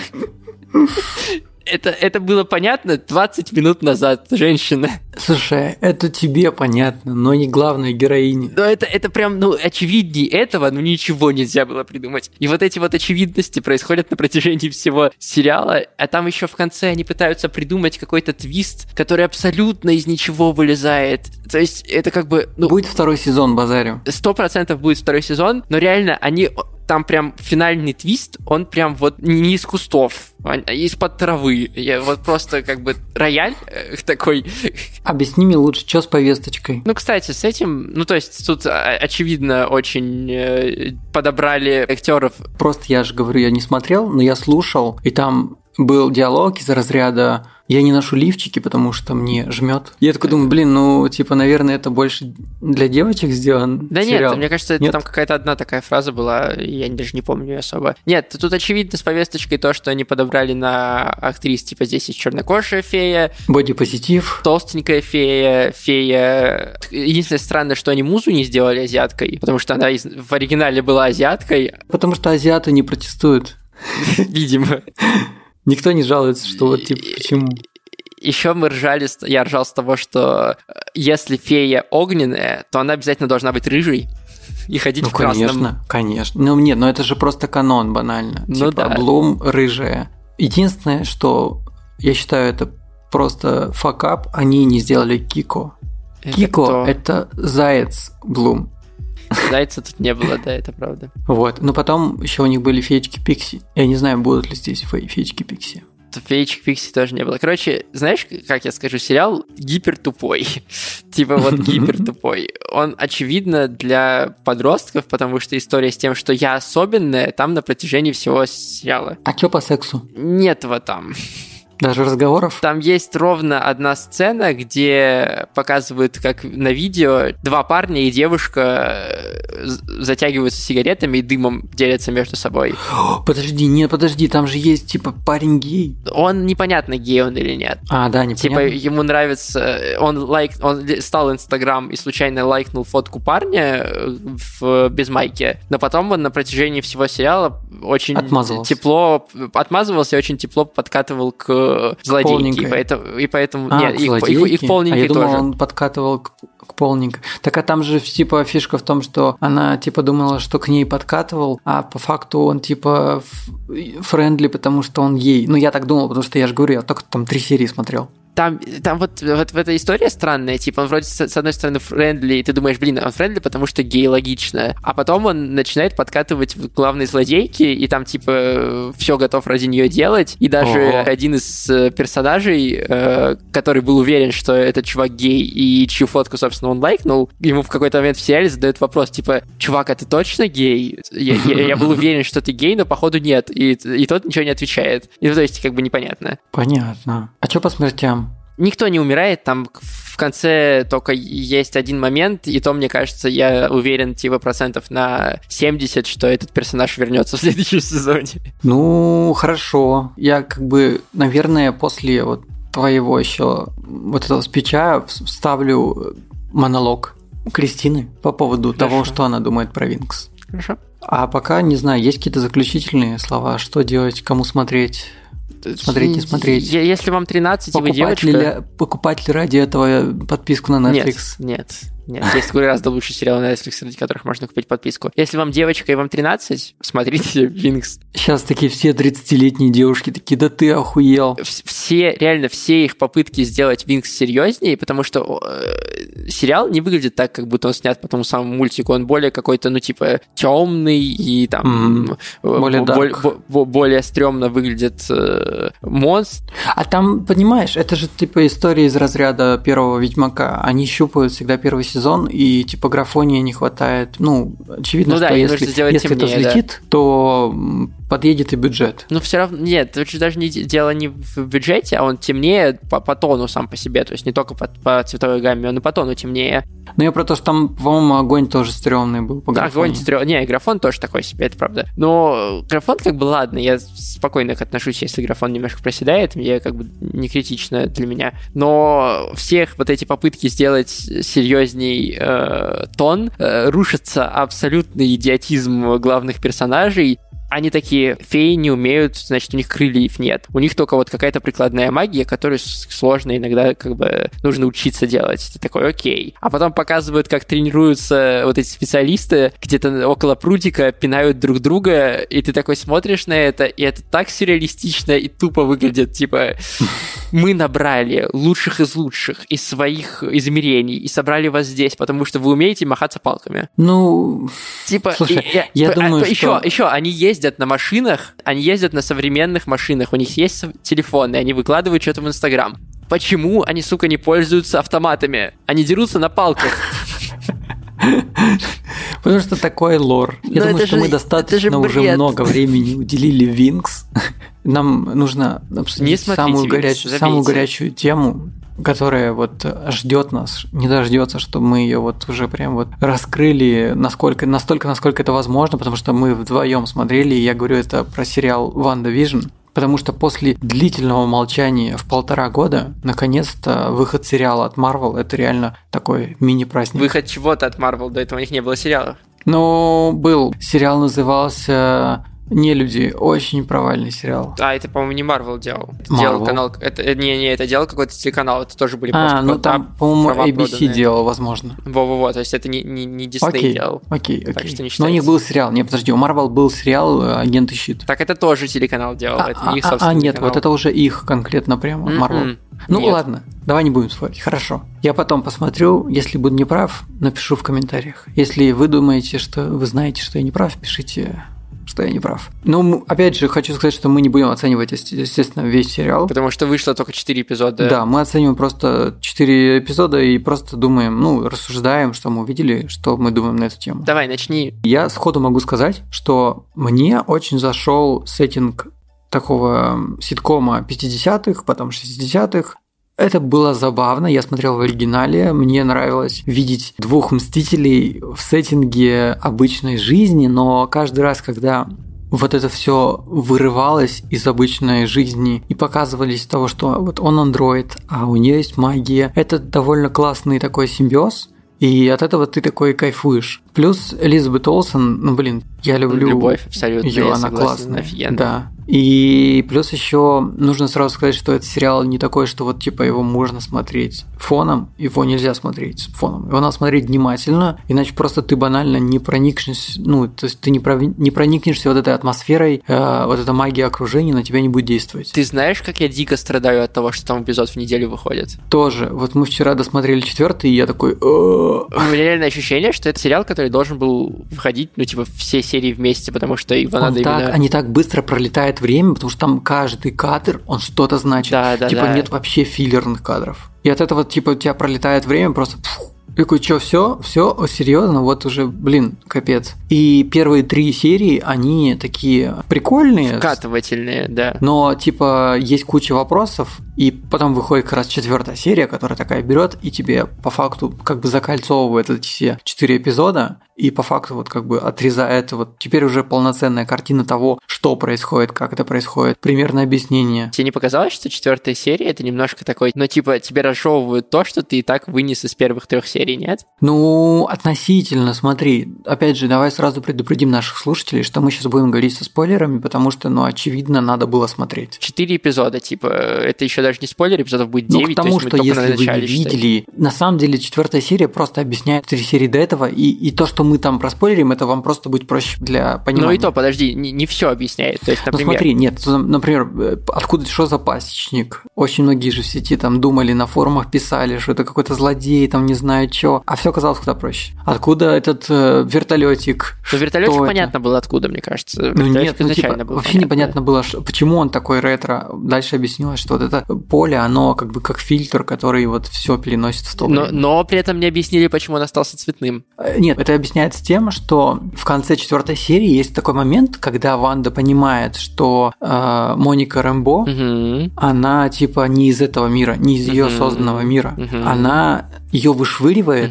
Это было понятно 20 минут назад, женщина. Слушай, это тебе понятно, но не главной героине. Но это прям, ну, очевиднее этого, ну, ничего нельзя было придумать. И вот эти вот очевидности происходят на протяжении всего сериала, а там еще в конце они пытаются придумать какой-то твист, который абсолютно из ничего вылезает. То есть это как бы... Ну, будет второй сезон, базарю. 100% будет второй сезон, но реально они... Там прям финальный твист, он прям вот не из кустов, а из-под травы. Я вот просто как бы рояль такой. Объясни мне лучше, что с повесточкой? Ну, кстати, с этим, ну, то есть тут, очевидно, очень подобрали актеров. Просто я же говорю, я не смотрел, но я слушал, и там был диалог из разряда: я не ношу лифчики, потому что мне жмет. Я такой думаю: блин, ну, типа, наверное, это больше для девочек сделан да сериал. Нет, мне кажется, это там какая-то одна такая фраза была, я даже не помню ее особо. Нет, тут очевидно с повесточкой то, что они подобрали на актрис, типа, здесь есть чернокожая фея, бодипозитив, толстенькая фея. Единственное странное, что они Музу не сделали азиаткой, потому что она в оригинале была азиаткой. Потому что азиаты не протестуют. Видимо. Никто не жалуется, что вот типа почему. Еще я ржал с того, что если фея огненная, то она обязательно должна быть рыжей и ходить в красном. Конечно. Ну нет, но это же просто канон банально. Ну, типа да. Блум рыжая. Единственное, что я считаю, это просто факап, они не сделали Кико. Кико – это заяц Блум. Зайца тут не было, да, это правда. Вот, но потом еще у них были феечки Пикси. Я не знаю, будут ли здесь феечки Пикси. Феечек Пикси тоже не было. Короче, знаешь, как я скажу, сериал гипертупой. Типа вот гипертупой. Он, очевидно, для подростков, потому что история с тем, что я особенная, там на протяжении всего сериала. А чё по сексу? Нет его там. Даже разговоров? Там есть ровно одна сцена, где показывают, как на видео два парня и девушка затягиваются сигаретами и дымом делятся между собой. Подожди, там же есть, типа, парень гей. Он непонятно, гей он или нет. А, да, непонятно. Типа, ему нравится... Он стал Инстаграм и случайно лайкнул фотку парня без майки, но потом он на протяжении всего сериала очень тепло отмазывался и очень тепло подкатывал к злодейке, и поэтому нет, их полненькой я думал, тоже. Он подкатывал к полненькой. Так а там же типа фишка в том, что она типа думала, что к ней подкатывал, а по факту он типа френдли, потому что он гей. Ну я так думал, потому что я же говорю, я только там 3 серии смотрел. Там вот в этой истории странная, типа, он вроде с одной стороны френдли, и ты думаешь, блин, он френдли, потому что гей, логично, а потом он начинает подкатывать к главной злодейке, и там, типа, все готов ради нее делать, и даже один из персонажей, который был уверен, что этот чувак гей, и чью фотку, собственно, он лайкнул, ему в какой-то момент в сериале задают вопрос, типа, чувак, а ты точно гей? Я был уверен, что ты гей, но походу нет, и тот ничего не отвечает. И, то есть, как бы непонятно. Понятно. А что по смертям? Никто не умирает, там в конце только есть один момент, и то, мне кажется, я уверен, типа, процентов на 70, что этот персонаж вернется в следующем сезоне. Ну, хорошо. Я как бы, наверное, после вот твоего еще вот этого спича вставлю монолог Кристины по поводу того, что она думает про Винкс. Хорошо. А пока, не знаю, есть какие-то заключительные слова, что делать, кому смотреть? Смотреть, не смотреть. Если вам 13, и вы девочка... Покупать ли ради этого подписку на Netflix? Нет. Есть гораздо лучше сериалы на Netflix, ради которых можно купить подписку. Если вам девочка и вам 13, смотрите Винкс. Сейчас такие все 30-летние девушки такие, да ты охуел. Реально все их попытки сделать Винкс серьезнее, потому что сериал не выглядит так, как будто он снят по тому самому мультику. Он более какой-то, темный и там более стрёмно выглядит монстр. А там, понимаешь, это же типа история из разряда первого Ведьмака. Они щупают всегда первый сезон, и типа графонии не хватает. Очевидно, что если это взлетит, то подъедет и бюджет. Все равно, нет, это даже дело не в бюджете, а он темнее по тону сам по себе, то есть не только по цветовой гамме, он и по тону темнее. Я про то, что там, по-моему, огонь тоже стрёмный был по графоне. Огонь стрёмный. Не, графон тоже такой себе, это правда. Но графон ладно, я спокойно отношусь, если графон немножко проседает, мне не критично для меня. Но всех вот эти попытки сделать серьезней тон рушится абсолютный идиотизм главных персонажей. Они такие, феи не умеют, значит, у них крыльев нет. У них только какая-то прикладная магия, которую сложно иногда нужно учиться делать. Ты такой, окей. А потом показывают, как тренируются вот эти специалисты, где-то около прудика пинают друг друга, и ты такой смотришь на это, и это так сюрреалистично и тупо выглядит. Типа, мы набрали лучших из лучших из своих измерений и собрали вас здесь, потому что вы умеете махаться палками. Слушай, я думаю, что... Еще они ездят на машинах, они ездят на современных машинах, у них есть телефоны, они выкладывают что-то в Инстаграм. Почему они, сука, не пользуются автоматами? Они дерутся на палках. Потому что такой лор. Я думаю, что мы достаточно уже много времени уделили Винкс. Нам нужно обсудить самую горячую тему, которая ждет нас, не дождется, чтобы мы ее уже прям раскрыли настолько, насколько это возможно, потому что мы вдвоем смотрели, и я говорю это про сериал «WandaVision», потому что после длительного молчания в 1,5 года, наконец-то выход сериала от Marvel – это реально такой мини-праздник. Выход чего-то от Marvel, до этого у них не было сериалов. Был. Сериал назывался... «Нелюди», очень провальный сериал. Это, по-моему, не Marvel делал. Делал канал. Это делал какой-то телеканал, это тоже были просто... там, по-моему, ABC делал, возможно. Во-во-во, то есть это не Disney делал. Окей. Так что не считается. Но у них был сериал. Не, подожди, у Marvel был сериал «Агенты Щит». Так это тоже телеканал делал, это не их собственный нет, канал. это уже их конкретно прямо, Marvel. Нет. Ладно, давай не будем спорить, хорошо. Я потом посмотрю, если буду неправ, напишу в комментариях. Если вы думаете, что вы знаете, что я не прав, пишите... что я не прав. Опять же, хочу сказать, что мы не будем оценивать, естественно, весь сериал. Потому что вышло только 4 эпизода. Да, мы оцениваем просто 4 эпизода и просто думаем, рассуждаем, что мы увидели, что мы думаем на эту тему. Давай, начни. Я сходу могу сказать, что мне очень зашел сеттинг такого ситкома 50-х, потом 60-х. Это было забавно, я смотрел в оригинале, мне нравилось видеть 2 Мстителей в сеттинге обычной жизни, но каждый раз, когда это все вырывалось из обычной жизни и показывались того, что он андроид, а у нее есть магия, это довольно классный такой симбиоз, и от этого ты такой кайфуешь. Плюс Элизабет Олсен, я люблю любовь абсолютно, ее, она классная, да. И плюс еще нужно сразу сказать, что этот сериал не такой, что его можно смотреть фоном, его нельзя смотреть фоном. Его надо смотреть внимательно, иначе просто ты банально не проникнешься, то есть ты не проникнешься этой атмосферой, эта магия окружения на тебя не будет действовать. Ты знаешь, как я дико страдаю от того, что там эпизод в неделю выходит? Тоже. Мы вчера досмотрели 4-й, и я такой... У меня реальное ощущение, что это сериал, который должен был выходить, все серии вместе, потому что его надо именно... Они так быстро пролетают время, потому что там каждый кадр, он что-то значит. Да. Нет вообще филлерных кадров. И от этого, у тебя пролетает время просто... Я такой, все, серьезно, уже, капец. И первые 3 серии, они такие прикольные. Вкатывательные, да. Но, есть куча вопросов, И потом выходит как раз 4-я серия, которая такая берет и тебе по факту как бы закольцовывает эти все 4 эпизода, и по факту вот как бы отрезает вот теперь уже полноценная картина того, что происходит, как это происходит, примерное объяснение. Тебе не показалось, что 4-я серия это немножко такой, ну типа тебе разжевывают то, что ты и так вынес из первых 3 серий, нет? Ну, относительно, смотри, опять же, давай сразу предупредим наших слушателей, что мы сейчас будем говорить со спойлерами, потому что, ну, очевидно, надо было смотреть. 4 эпизода, типа, это еще даже не спойлер, эпизодов будет 9, ну, к тому, то есть что мы только если на вы начале не видели, на самом деле 4-я серия просто объясняет 3 серии до этого, и то, что мы там проспойлерим, это вам просто будет проще для понимания. Ну и то, подожди, не все объясняет, то есть, например... Ну смотри, нет, например, откуда что за пасечник? Очень многие же в сети там думали, на форумах писали, что это какой-то злодей, там не знаю что, а все оказалось куда проще. Откуда этот вертолетик? Ну, вертолетик понятно было откуда, мне кажется. Ну нет, ну типа, был вообще непонятно было, почему он такой ретро. Дальше объяснилось, что вот это поле, оно как бы как фильтр, который вот все переносит в то время. Но при этом не объяснили, почему он остался цветным. Нет, это объясняется тем, что в конце 4-й серии есть такой момент, когда Ванда понимает, что Моника Рэмбо, она типа не из этого мира, не из ее созданного мира. Она ее вышвыривает,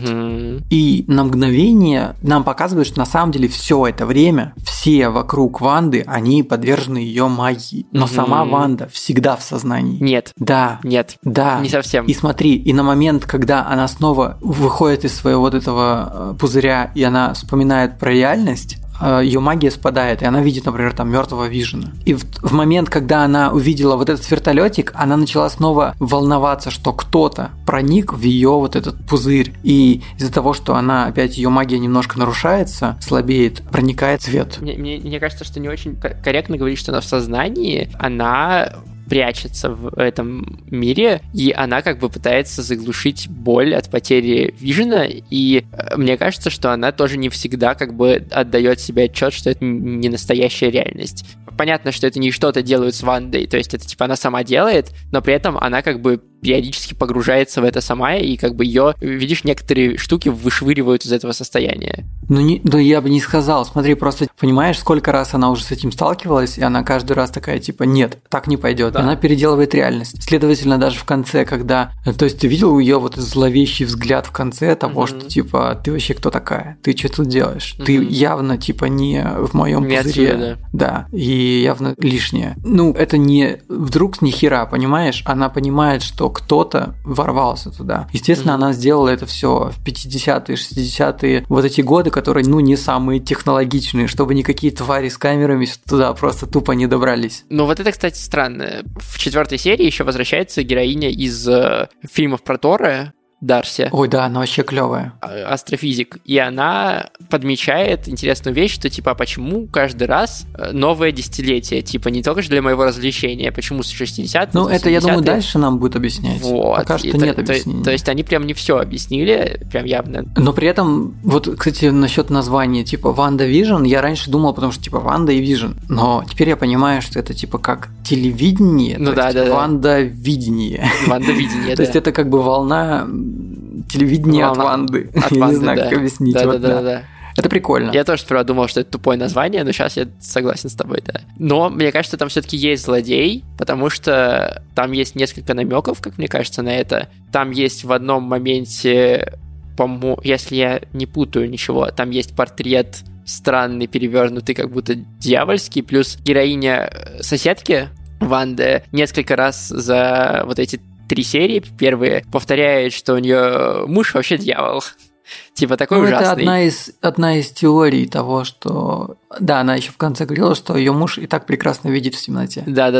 и на мгновение нам показывают, что на самом деле все это время все вокруг Ванды, они подвержены ее магии. Но сама Ванда всегда в сознании. Нет. Да. Нет. Да. Не совсем. И смотри, и на момент, когда она снова выходит из своего вот этого пузыря, и она вспоминает про реальность, ее магия спадает, и она видит, например, там мертвого Вижена. И в момент, когда она увидела вот этот вертолетик, она начала снова волноваться, что кто-то проник в ее вот этот пузырь. И из-за того, что она опять ее магия немножко нарушается, слабеет, проникает свет. Мне кажется, что не очень корректно говорить, что она в сознании, она прячется в этом мире, и она как бы пытается заглушить боль от потери Вижена, и мне кажется, что она тоже не всегда как бы отдает себе отчет, что это не настоящая реальность. Понятно, что это не что-то делают с Вандой, то есть это типа она сама делает, но при этом она как бы периодически погружается в это сама, и как бы ее, видишь, некоторые штуки вышвыривают из этого состояния. Ну я бы не сказал. Смотри, просто понимаешь, сколько раз она уже с этим сталкивалась, и она каждый раз такая, типа, нет, так не пойдет. Да. Она переделывает реальность. Следовательно, даже в конце, когда... То есть ты видел ее вот этот зловещий взгляд в конце того, что, типа, ты вообще кто такая? Ты что тут делаешь? Ты явно, типа, не в моем пузыре. Отсюда. Да, и явно лишнее. Ну, это не вдруг ни хера, понимаешь? Она понимает, что кто-то ворвался туда. Естественно, она сделала это все в 50-е, 60-е, вот эти годы, которые, ну, не самые технологичные, чтобы никакие твари с камерами туда просто тупо не добрались. Ну, вот это, кстати, странно. В 4-й серии еще возвращается героиня из фильмов про Тора, Дарси. Ой, да, она вообще клевая. Астрофизик. И она подмечает интересную вещь, что, типа, почему каждый раз новое десятилетие? Типа, не только же для моего развлечения. Почему с 60-х? Ну, это, я думаю, дальше нам будет объяснять. Вот. Пока что нет объяснений. То есть они прям не все объяснили, прям явно. Но при этом, вот, кстати, насчет названия, типа, Ванда Вижн, я раньше думал, потому что, типа, Ванда и Вижн. Но теперь я понимаю, что это, типа, как телевидение, ну, да, да. Ванда-видение. Ванда-видение, да. То есть это как бы волна телевидения от Ванды. Я не знаю, как объяснить. Да. Это прикольно. Я тоже сперва думал, что это тупое название, но сейчас я согласен с тобой, да. Но мне кажется, там все-таки есть злодей, потому что там есть несколько намеков, как мне кажется, на это. Там есть в одном моменте, по-моему, если я не путаю ничего, там есть портрет странный, перевернутый, как будто дьявольский, плюс героиня соседки Ванды несколько раз за вот эти 3 серии первые повторяет, что у нее муж вообще дьявол. Типа такой ужасный. Это одна из теорий того, что... Да, она еще в конце говорила, что ее муж и так прекрасно видит в темноте.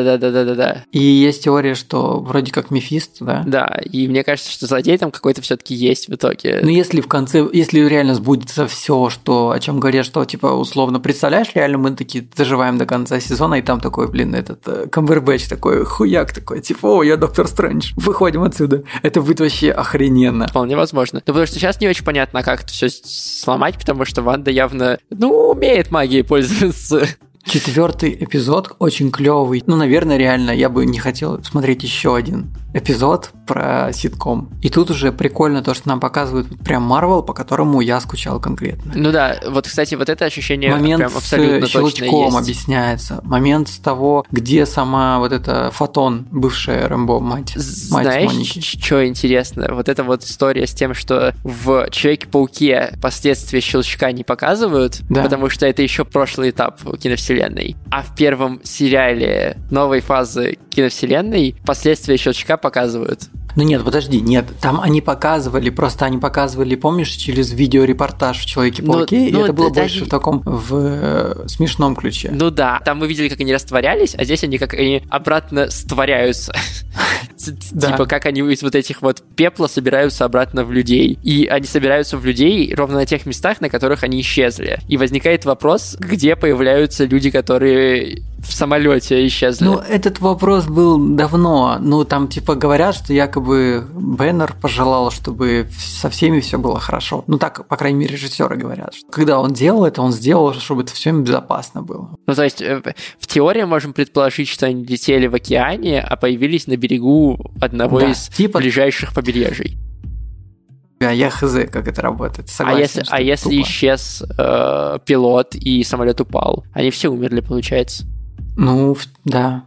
Да. И есть теория, что вроде как Мефист, да? Да, и мне кажется, что злодей там какой-то все-таки есть в итоге. Ну, если в конце, если реально сбудется все, что, о чем говорят, что, типа, условно, представляешь, реально мы такие доживаем до конца сезона, и там такой, блин, этот Камбербэтч такой, хуяк такой, типа, о, я Доктор Стрэндж, выходим отсюда. Это будет вообще охрененно. Вполне возможно. Ну, потому что сейчас не очень понятно, как это все сломать, потому что Ванда явно, умеет магией пользоваться. 4-й эпизод очень клевый. Ну, наверное, реально, я бы не хотел смотреть еще один. эпизод про ситком. И тут уже прикольно то, что нам показывают прям Marvel, по которому я скучал конкретно. Ну да, вот, кстати, вот это ощущение момент прям абсолютно с щелчком точно есть. Объясняется. Момент с того, где сама вот эта Фотон, бывшая Рэмбо, мать Знаешь, Моники. что интересно? Вот эта вот история с тем, что в Человеке-пауке последствия щелчка не показывают, Да. потому что это еще прошлый этап киновселенной. А в первом сериале новой фазы киновселенной последствия щелчка показывают. Ну нет, подожди, нет, там они показывали, помнишь, через видеорепортаж в Человеке-пауке, и это было больше в таком, в смешном ключе. Ну да, там мы видели, как они растворялись, а здесь они как они обратно створяются. Типа, как они из вот этих вот пепла собираются обратно в людей. И они собираются в людей ровно на тех местах, на которых они исчезли. И возникает вопрос, где появляются люди, которые в самолете исчезли. Ну, этот вопрос был давно. Ну, там, типа, говорят, что якобы Бэннер пожелал, чтобы со всеми все было хорошо. Ну, так, по крайней мере, режиссеры говорят. Что когда он делал это, он сделал, чтобы это все безопасно было. Ну, то есть, в теории можем предположить, что они летели в океане, а появились на берегу одного из ближайших побережий. Я хз, как это работает. Согласен, а если исчез пилот и самолет упал? Они все умерли, получается. Ну, да.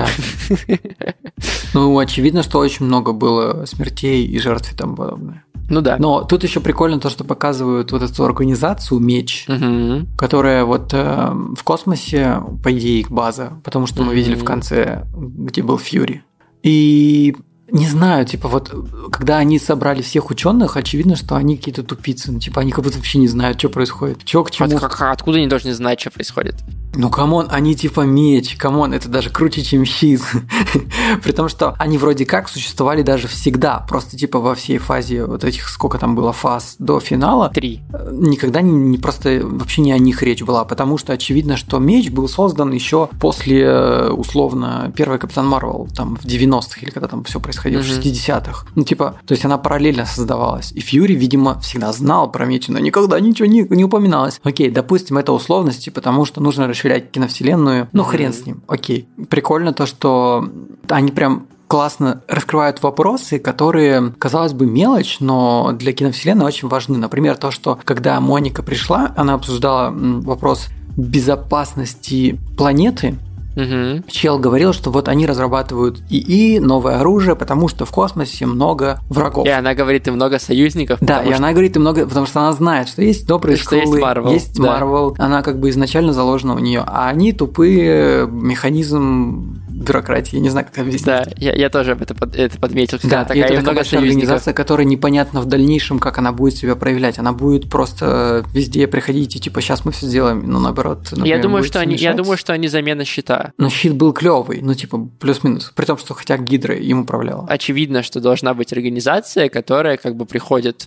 Ну, очевидно, что очень много было смертей и жертв и тому подобное. Ну да. Но тут еще прикольно то, что показывают вот эту организацию Меч, которая вот в космосе, по идее, их база, потому что мы видели в конце, где был Фьюри. И не знаю, типа вот, когда они собрали всех ученых, очевидно, что они какие-то тупицы. Ну, типа, они как будто вообще не знают, что происходит. Чё к чему. Откуда они должны знать, что происходит? Ну, камон, они типа меч, камон, это даже круче, чем щит. При том, что они вроде как существовали даже всегда, просто типа во всей фазе вот этих, сколько там было фаз до финала. 3. Никогда не просто вообще не о них речь была, потому что очевидно, что меч был создан еще после, условно, первой Капитан Марвел, там в 90-х или когда там все происходило, в 60-х. Ну, типа, то есть она параллельно создавалась. И Фьюри, видимо, всегда знал про меч, но никогда ничего не упоминалось. Окей, допустим, это условности, потому что нужно расширять киновселенную. Ну, хрен с ним. Окей. Прикольно то, что они прям классно раскрывают вопросы, которые, казалось бы, мелочь, но для киновселенной очень важны. Например, то, что когда Моника пришла, она обсуждала вопрос безопасности планеты. Чел говорил, что вот они разрабатывают ИИ, новое оружие, потому что в космосе много врагов. И она говорит, и много союзников. Да, и она говорит, и много, потому что она знает, что есть добрые школы, есть Marvel. Она как бы изначально заложена у нее, а они тупые, механизм бюрократии, я не знаю, как объяснить. Да, я тоже это подметил. Да, такая это такая большая организация, которая непонятно в дальнейшем, как она будет себя проявлять. Она будет просто везде приходить и типа сейчас мы все сделаем, но наоборот. Например, я думаю, что они замена щита. Но щит был клевый, ну типа плюс-минус, при том, что хотя Гидра им управляла. Очевидно, что должна быть организация, которая как бы приходит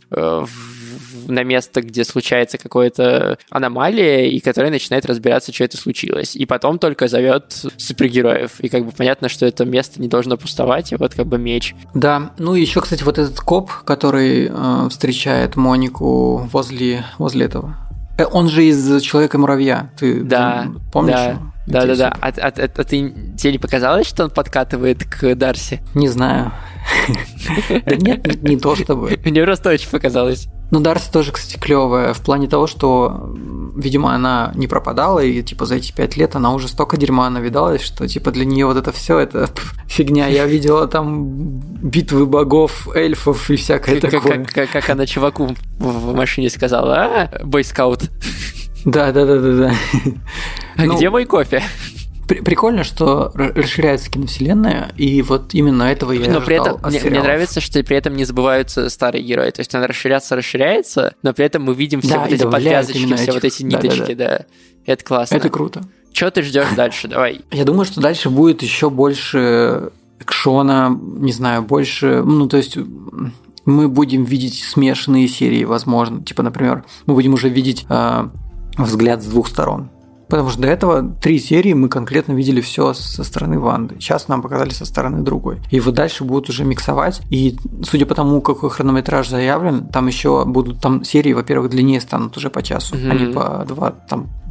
на место, где случается какая-то аномалия, и которая начинает разбираться, что это случилось. И потом только зовет супергероев. И как бы понятно, что это место не должно пустовать, и вот как бы меч. Да, ну и еще, кстати, вот этот коп, который встречает Монику возле этого. Он же из Человека-муравья. Ты помнишь? Да. А тебе не показалось, что он подкатывает к Дарси? Не знаю. Да нет, не то чтобы. Мне просто очень показалось. Ну, Дарси тоже, кстати, клевая в плане того, что, видимо, она не пропадала, и типа за эти 5 лет она уже столько дерьма навидалась, что типа для нее вот это все это фигня. Я видела там битвы богов, эльфов и всякое такое. Как она чуваку в машине сказала, бойскаут. Да. Где мой кофе? Прикольно, что расширяется киновселенная, и вот именно этого я ждал от сериалов. Мне нравится, что при этом не забываются старые герои. То есть она расширяется, но при этом мы видим все вот эти подвязочки, все вот эти ниточки, да. Это классно. Это круто. Что ты ждешь дальше? Давай. Я думаю, что дальше будет еще больше экшона, не знаю, больше... Ну, то есть... Мы будем видеть смешанные серии, возможно. Типа, например, мы будем уже видеть взгляд с двух сторон. Потому что до этого 3 серии мы конкретно видели все со стороны Ванды. Сейчас нам показали со стороны другой. И вот дальше будут уже миксовать. И судя по тому, какой хронометраж заявлен, там еще будут серии, во-первых, длиннее станут уже по часу, а не по 2, там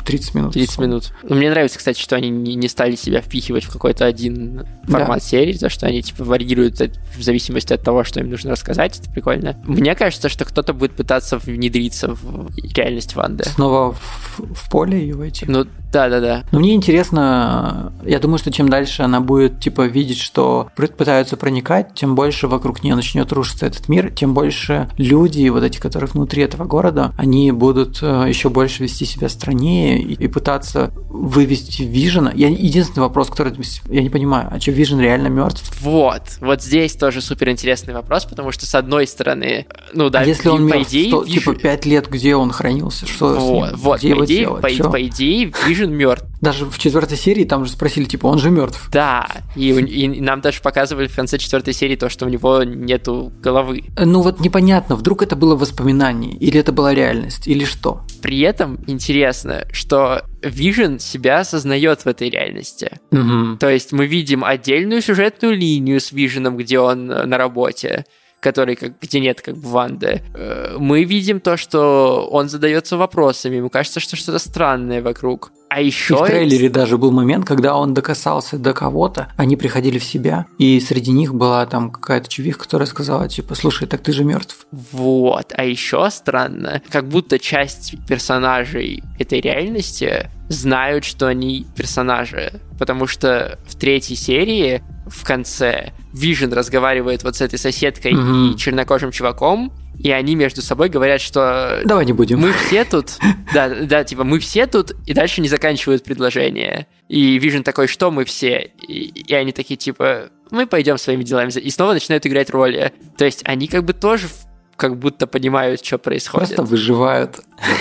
30 минут. 30 минут. Мне нравится, кстати, что они не стали себя впихивать в какой-то один формат серии, за что они типа варьируют в зависимости от того, что им нужно рассказать. Это прикольно. Мне кажется, что кто-то будет пытаться внедриться в реальность Ванды. Снова в поле ее войти? Ну, да. Но мне интересно, я думаю, что чем дальше она будет типа видеть, что пытаются проникать, тем больше вокруг нее начнет рушиться этот мир, тем больше люди, вот эти, которые внутри этого города, они будут еще больше вести себя страннее и пытаться вывести Вижена. Единственный вопрос, который я не понимаю, а что, Вижен реально мертв? Вот здесь тоже супер интересный вопрос, потому что с одной стороны, ну да, если он по мертв, идее, то типа 5 лет, где он хранился, что с ним? Вот, Где его по идее, тело? по идее, Вижен мертв. Даже в 4 серии там же спросили, типа, он же мертв. Да, и нам даже показывали в конце 4 серии то, что у него нету головы. Ну вот непонятно, вдруг это было воспоминание, или это была реальность, или что? При этом интересно, что Вижен себя осознает в этой реальности. Угу. То есть мы видим отдельную сюжетную линию с Виженом, где он на работе, где нет как бы Ванды. Мы видим то, что он задается вопросами, ему кажется, что что-то странное вокруг. А еще... И в трейлере даже был момент, когда он докасался до кого-то, они приходили в себя, и среди них была там какая-то чувиха, которая сказала, типа, слушай, так ты же мертв. Вот. А еще странно, как будто часть персонажей этой реальности знают, что они персонажи. Потому что в 3 серии в конце Вижен разговаривает вот с этой соседкой и чернокожим чуваком, и они между собой говорят, что... Давай не будем. Мы все тут... Да, типа, мы все тут, и дальше не заканчивают предложение. И Вижен такой, что мы все? И они такие, типа, мы пойдем своими делами. И снова начинают играть роли. То есть они как бы тоже как будто понимают, что происходит. Просто выживают.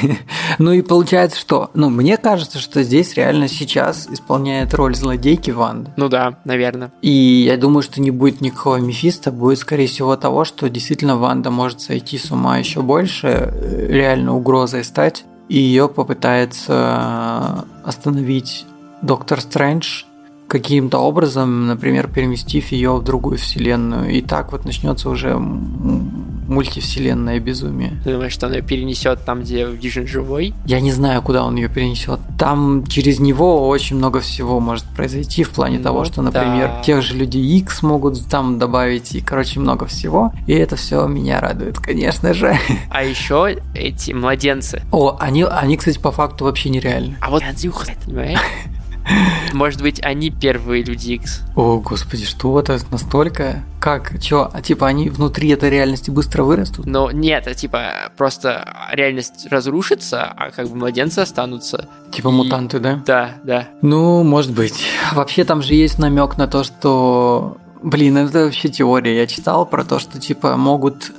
Ну и получается, что... Ну, мне кажется, что здесь реально сейчас исполняет роль злодейки Ванда. Ну да, наверное. И я думаю, что не будет никакого Мефисто, будет, скорее всего, того, что действительно Ванда может сойти с ума еще больше, реально угрозой стать, и ее попытается остановить Доктор Стрэндж каким-то образом, например, переместив ее в другую вселенную. И так вот начнется уже мультивселенное безумие. Ты думаешь, что он ее перенесет там, где Вижен живой? Я не знаю, куда он ее перенесет. Там через него очень много всего может произойти в плане того, что, например, тех же Людей Икс могут там добавить, и, короче, много всего. И это все меня радует, конечно же. А еще эти младенцы. Они, кстати, по факту вообще нереальны. А вот Андрюха, понимаешь? Может быть, они первые Люди Икс. О, господи, что это настолько? Как? Чё? Типа они внутри этой реальности быстро вырастут? Ну, нет, типа просто реальность разрушится, а как бы младенцы останутся. Типа мутанты, да? Да. Ну, может быть. Вообще там же есть намек на то, что... Блин, это вообще теория. Я читал про то, что типа могут...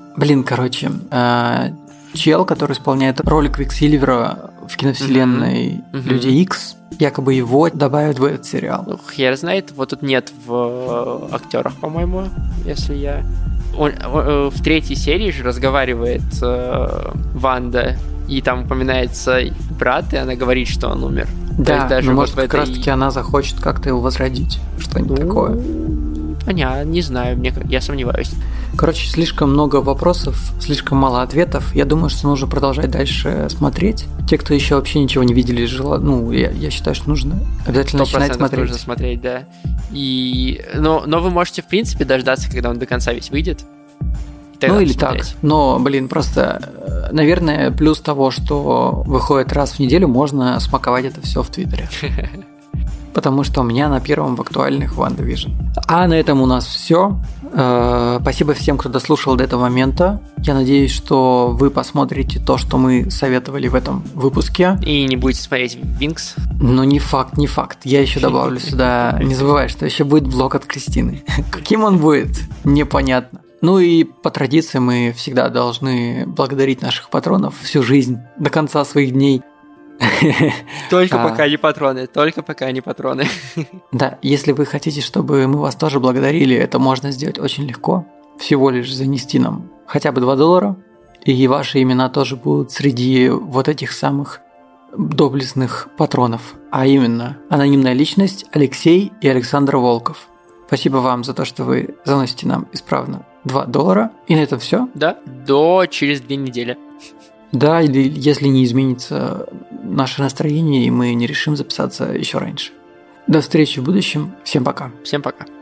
чел, который исполняет роль Квиксильвера в киновселенной Люди Икс, якобы его добавят в этот сериал. Ну, хер знает, его тут нет в актерах, по-моему, если я... Он в 3 серии же разговаривает Ванда, и там упоминается брат, и она говорит, что он умер. Да, даже но вот может как раз-таки она захочет как-то его возродить, что-нибудь такое. Понятно, не знаю, я сомневаюсь. Короче, слишком много вопросов, слишком мало ответов. Я думаю, что нужно продолжать дальше смотреть. Те, кто еще вообще ничего не видели, я считаю, что нужно обязательно начинать смотреть. Нужно смотреть, да. Но вы можете, в принципе, дождаться, когда он до конца весь выйдет. Ну или посмотреть. Так. Но, просто, наверное, плюс того, что выходит раз в неделю, можно смаковать это все в Твиттере. Потому что у меня на первом в актуальных WandaVision. А на этом у нас все. Спасибо всем, кто дослушал до этого момента. Я надеюсь, что вы посмотрите то, что мы советовали в этом выпуске. И не будете смотреть Винкс. Ну, не факт. Я еще добавлю сюда. Не забывай, что еще будет влог от Кристины. Каким он будет? Непонятно. Ну и по традиции мы всегда должны благодарить наших патронов всю жизнь, до конца своих дней. Только пока не патроны. Да, если вы хотите, чтобы мы вас тоже благодарили, это можно сделать очень легко. Всего лишь занести нам хотя бы $2, и ваши имена тоже будут среди вот этих самых доблестных патронов. А именно, анонимная личность Алексей и Александр Волков. Спасибо вам за то, что вы заносите нам исправно $2. И на этом все. Да, через 2 недели. Да, или если не изменится наше настроение, и мы не решим записаться еще раньше. До встречи в будущем. Всем пока. Всем пока.